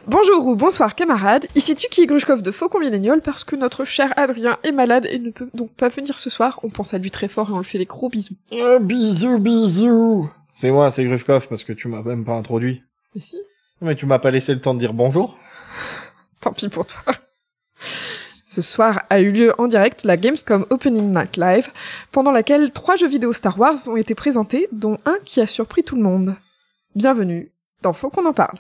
Bonjour ou bonsoir camarades, ici Tuki Grushkov de Faucon Millénial parce que notre cher Adrien est malade et ne peut donc pas venir ce soir. On pense à lui très fort et on lui fait des gros bisous. Bisous. C'est moi, c'est Grushkov parce que tu m'as même pas introduit. Mais si. Mais tu m'as pas laissé le temps de dire bonjour. Tant pis pour toi. Ce soir a eu lieu en direct la Gamescom Opening Night Live, pendant laquelle 3 jeux vidéo Star Wars ont été présentés, dont un qui a surpris tout le monde. Bienvenue dans Faut qu'on en parle.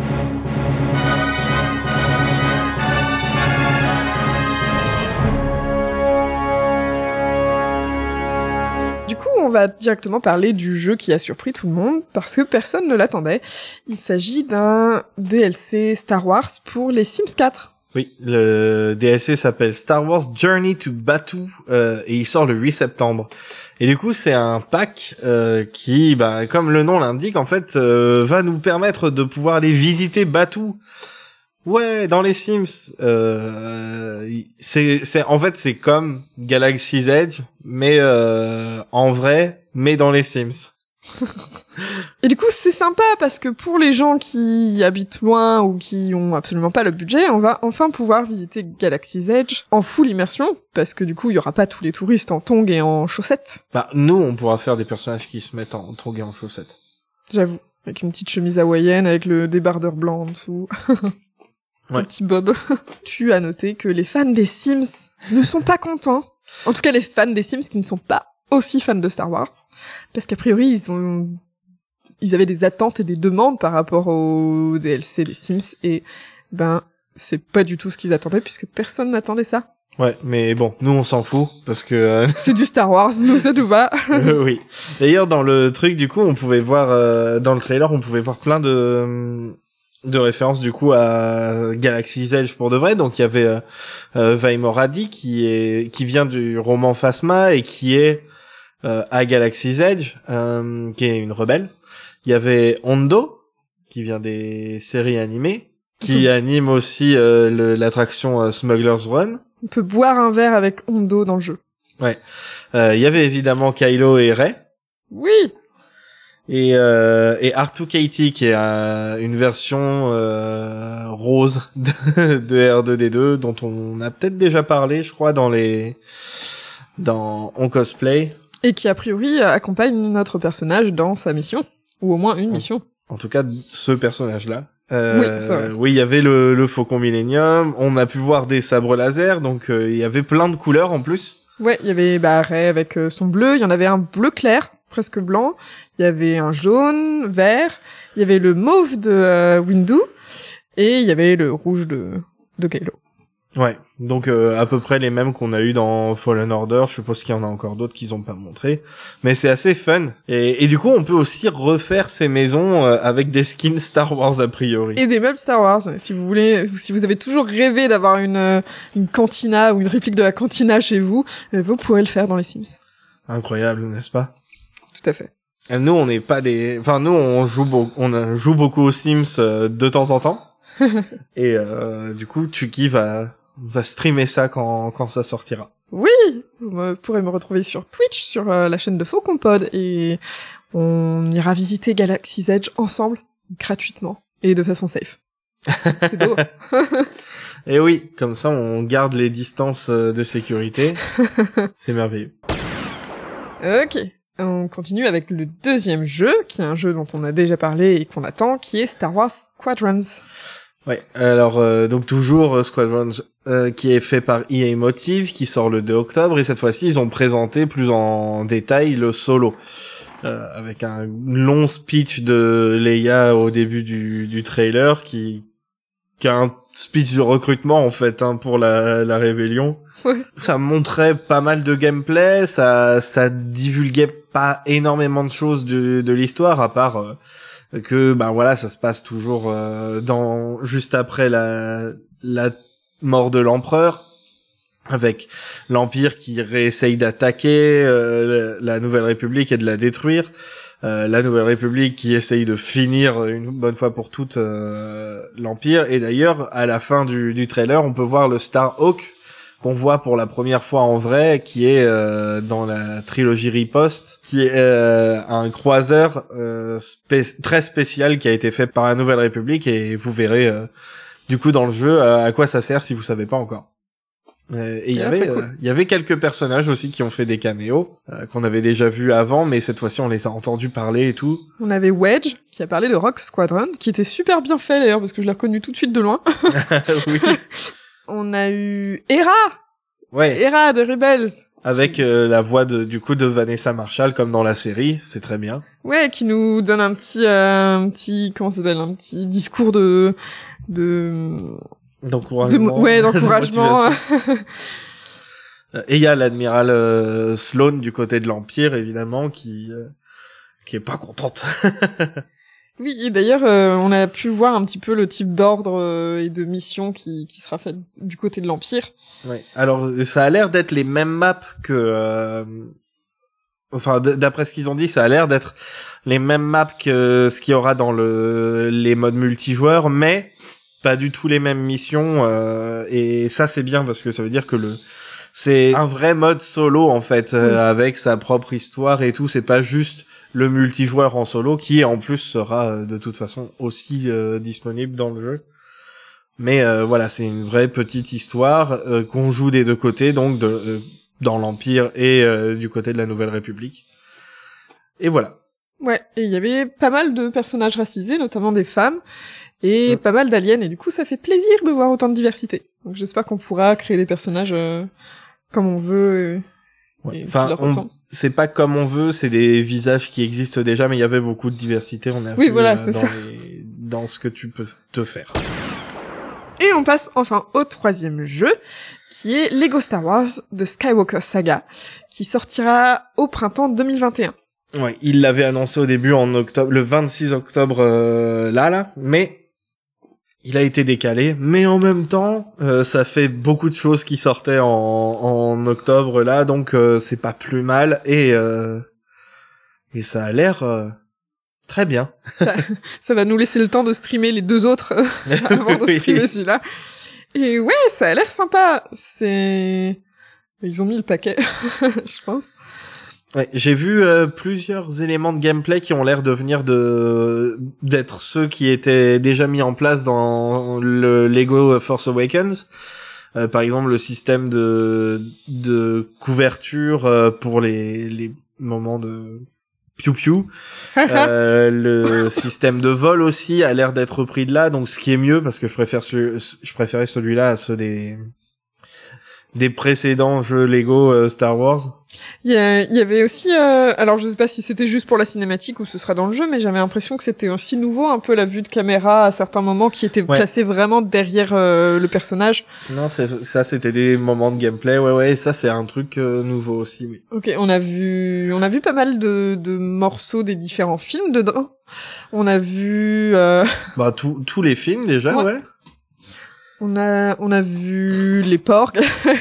Du coup, on va directement parler du jeu qui a surpris tout le monde, parce que personne ne l'attendait. Il s'agit d'un DLC Star Wars pour les Sims 4. Oui, le DLC s'appelle Star Wars Journey to Batuu et il sort le 8 septembre. Et du coup, c'est un pack qui, comme le nom l'indique, en fait, va nous permettre de pouvoir aller visiter Batuu. Ouais, dans les Sims, c'est comme Galaxy's Edge, mais en vrai, mais dans les Sims. Et du coup, c'est sympa parce que pour les gens qui habitent loin ou qui ont absolument pas le budget, on va enfin pouvoir visiter Galaxy's Edge en full immersion parce que du coup, il y aura pas tous les touristes en tongs et en chaussettes. Nous, on pourra faire des personnages qui se mettent en tongs et en chaussettes. J'avoue, avec une petite chemise hawaïenne avec le débardeur blanc en dessous. Ouais. Un petit bob. Tu as noté que les fans des Sims ne sont pas contents. En tout cas, les fans des Sims qui ne sont pas aussi fans de Star Wars. Parce qu'a priori, ils avaient des attentes et des demandes par rapport au DLC des Sims. Et, c'est pas du tout ce qu'ils attendaient puisque personne n'attendait ça. Ouais, mais bon, nous on s'en fout parce que c'est du Star Wars, nous ça nous va. Oui. D'ailleurs, dans le truc, du coup, on pouvait voir dans le trailer, on pouvait voir plein de références du coup à Galaxy's Edge pour de vrai. Donc il y avait Vaimor Hadi qui vient du roman Phasma et qui est à Galaxy's Edge, qui est une rebelle. Il y avait Hondo qui vient des séries animées, qui anime aussi l'attraction Smuggler's Run. On peut boire un verre avec Hondo dans le jeu. Ouais. Il y avait évidemment Kylo et Rey. Oui. Et R2-Katie qui est une version rose de R2D2 dont on a peut-être déjà parlé, je crois, dans On Cosplay. Et qui a priori accompagne notre personnage dans sa mission, ou au moins une mission. En tout cas, ce personnage-là. Oui, c'est vrai. Oui, il y avait le Faucon Millennium. On a pu voir des sabres laser, donc il y avait plein de couleurs en plus. Ouais, il y avait Rey avec son bleu. Il y en avait un bleu clair, presque blanc. Il y avait un jaune, vert. Il y avait le mauve de Windu. Et il y avait le rouge de Kylo. Ouais, donc à peu près les mêmes qu'on a eu dans Fallen Order. Je suppose qu'il y en a encore d'autres qu'ils ont pas montré, mais c'est assez fun. Et du coup, on peut aussi refaire ces maisons avec des skins Star Wars a priori. Et des meubles Star Wars. Si vous voulez, si vous avez toujours rêvé d'avoir une cantina ou une réplique de la cantina chez vous, vous pourrez le faire dans les Sims. Incroyable, n'est-ce pas? Tout à fait. Nous, on n'est pas nous, on joue beaucoup aux Sims de temps en temps. Et du coup, Tuki va streamer ça quand ça sortira. Oui, vous pourrez me retrouver sur Twitch, sur la chaîne de Faucon Pod, et on ira visiter Galaxy's Edge ensemble, gratuitement, et de façon safe. C'est beau. Et oui, comme ça on garde les distances de sécurité. C'est merveilleux. Ok, on continue avec le deuxième jeu, qui est un jeu dont on a déjà parlé et qu'on attend, qui est Star Wars Squadrons. Ouais, alors donc toujours Squadrons qui est fait par EA Motive, qui sort le 2 octobre, et cette fois-ci ils ont présenté plus en détail le solo, avec un long speech de Leia au début du trailer, qui a un speech de recrutement en fait pour la rébellion. Ouais. Ça montrait pas mal de gameplay, ça divulguait pas énormément de choses de l'histoire, à part que ça se passe toujours juste après la mort de l'empereur, avec l'Empire qui réessaye d'attaquer la Nouvelle République et de la détruire, la Nouvelle République qui essaye de finir une bonne fois pour toutes l'Empire. Et d'ailleurs, à la fin du trailer, on peut voir le Starhawk qu'on voit pour la première fois en vrai, qui est dans la trilogie Riposte, qui est un croiseur très spécial qui a été fait par la Nouvelle République, et vous verrez du coup dans le jeu à quoi ça sert si vous savez pas encore. Et il y avait quelques personnages aussi qui ont fait des caméos qu'on avait déjà vus avant, mais cette fois-ci on les a entendus parler et tout. On avait Wedge qui a parlé de Rogue Squadron, qui était super bien fait d'ailleurs parce que je l'ai reconnu tout de suite de loin. Oui. On a eu Hera. Ouais. Hera de Rebels. Avec la voix du coup de Vanessa Marshall comme dans la série, c'est très bien. Ouais, qui nous donne un petit comment ça s'appelle, un petit discours d'encouragement. D'encouragement. Et il y a l'admiral Sloane du côté de l'Empire évidemment qui est pas contente. Oui, et d'ailleurs on a pu voir un petit peu le type d'ordre et de mission qui sera fait du côté de l'Empire. Ouais. Alors ça a l'air d'être les mêmes maps que enfin d'après ce qu'ils ont dit, ça a l'air d'être les mêmes maps que ce qu'il y aura dans les modes multijoueurs, mais pas du tout les mêmes missions et ça c'est bien parce que ça veut dire que c'est un vrai mode solo en fait avec sa propre histoire et tout, c'est pas juste le multijoueur en solo qui en plus sera de toute façon aussi disponible dans le jeu. Mais voilà, c'est une vraie petite histoire qu'on joue des deux côtés, donc dans l'Empire et du côté de la Nouvelle République. Et voilà. Ouais, et il y avait pas mal de personnages racisés, notamment des femmes, et pas mal d'aliens, et du coup ça fait plaisir de voir autant de diversité. Donc j'espère qu'on pourra créer des personnages comme on veut, et qui leur ressemblent. C'est pas comme on veut, c'est des visages qui existent déjà, mais il y avait beaucoup de diversité, on a vu voilà, c'est ça. dans ce que tu peux te faire. Et on passe enfin au troisième jeu, qui est Lego Star Wars The Skywalker Saga, qui sortira au printemps 2021. Ouais, il l'avait annoncé au début en octobre, le 26 octobre là, mais il a été décalé. Mais en même temps, ça fait beaucoup de choses qui sortaient en octobre là, donc c'est pas plus mal et ça a l'air très bien. Ça va nous laisser le temps de streamer les deux autres avant de streamer celui-là. Et ouais, ça a l'air sympa. Ils ont mis le paquet, je pense. Ouais, j'ai vu plusieurs éléments de gameplay qui ont l'air de venir d'être ceux qui étaient déjà mis en place dans le Lego Force Awakens. Par exemple, le système de couverture pour les moments de piou-piou. Le système de vol aussi a l'air d'être repris de là, donc ce qui est mieux parce que je préférais celui-là à ceux des précédents jeux Lego Star Wars. Il y avait aussi, alors je sais pas si c'était juste pour la cinématique ou ce sera dans le jeu, mais j'avais l'impression que c'était aussi nouveau, un peu la vue de caméra à certains moments qui était placée vraiment derrière le personnage. Non, ça c'était des moments de gameplay, ouais, ça c'est un truc nouveau aussi, oui. Ok, on a vu pas mal de morceaux des différents films dedans. On a vu bah tous les films déjà, ouais. On a vu les porcs.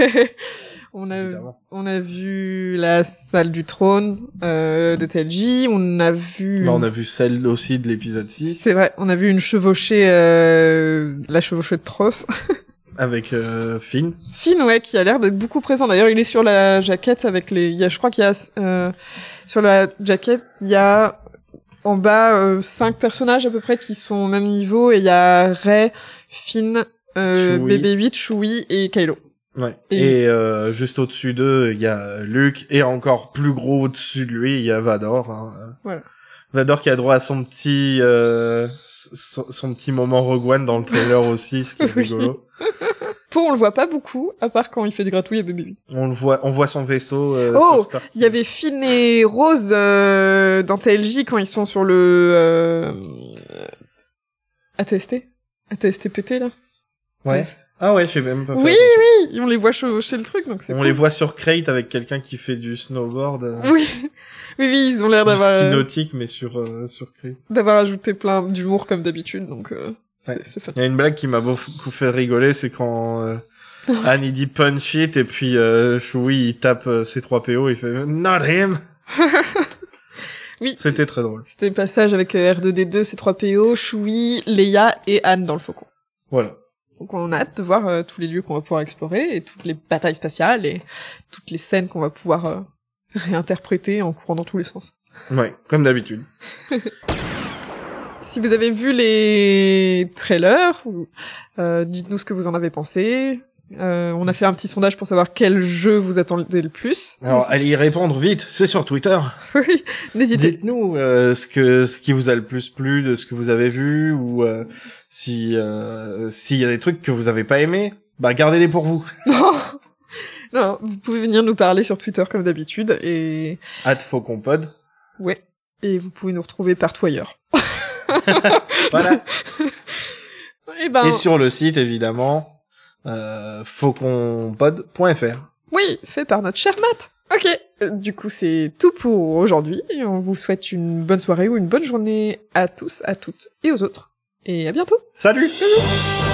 On a vu la salle du trône de TLJ, on a vu celle aussi de l'épisode 6. C'est vrai, on a vu une chevauchée la chevauchée de Tross avec Finn. Finn, ouais, qui a l'air d'être beaucoup présent. D'ailleurs, il est sur la jaquette avec je crois qu'il y a sur la jaquette, il y a en bas 5 personnages à peu près qui sont au même niveau et il y a Rey, Finn, BB-8, Chewie et Kylo. Ouais. Et juste au-dessus d'eux, il y a Luke, et encore plus gros au-dessus de lui, il y a Vador. Hein. Voilà. Vador qui a droit à son petit moment Rogue One dans le trailer aussi, ce qui est rigolo. On le voit pas beaucoup, à part quand il fait des gratouilles à BB-8. On voit son vaisseau. Il y avait Finn et Rose dans TLJ quand ils sont sur le ATST-PT là. Ouais. Ah ouais, je sais même pas. Oui, on les voit chevaucher le truc, donc c'est cool. On les voit sur Crate avec quelqu'un qui fait du snowboard. Oui, ils ont l'air d'avoir... ski nautique, mais sur Crate. D'avoir ajouté plein d'humour comme d'habitude, donc c'est fun. Il y a une blague qui m'a beaucoup fait rigoler, c'est quand Anne il dit punch it, et puis Chewie il tape C3PO, il fait not him. Oui. C'était très drôle. C'était le passage avec R2D2, C3PO, Chewie, Leia et Anne dans le faucon. Voilà. Donc on a hâte de voir tous les lieux qu'on va pouvoir explorer et toutes les batailles spatiales et toutes les scènes qu'on va pouvoir réinterpréter en courant dans tous les sens. Ouais, comme d'habitude. Si vous avez vu les trailers, dites-nous ce que vous en avez pensé. On a fait un petit sondage pour savoir quel jeu vous attendez le plus. Alors, allez y répondre vite, c'est sur Twitter. Oui, n'hésitez. Dites-nous ce qui vous a le plus plu de ce que vous avez vu, ou s'il y a des trucs que vous avez pas aimés, bah gardez-les pour vous. Non, vous pouvez venir nous parler sur Twitter comme d'habitude et... @fauconpod. Ouais, et vous pouvez nous retrouver partout ailleurs. Voilà. Et Et sur le site, évidemment, fauconpod.fr. Oui, fait par notre cher Matt. Ok, du coup c'est tout pour aujourd'hui. On vous souhaite une bonne soirée ou une bonne journée à tous, à toutes et aux autres. Et à bientôt. Salut! Bisous.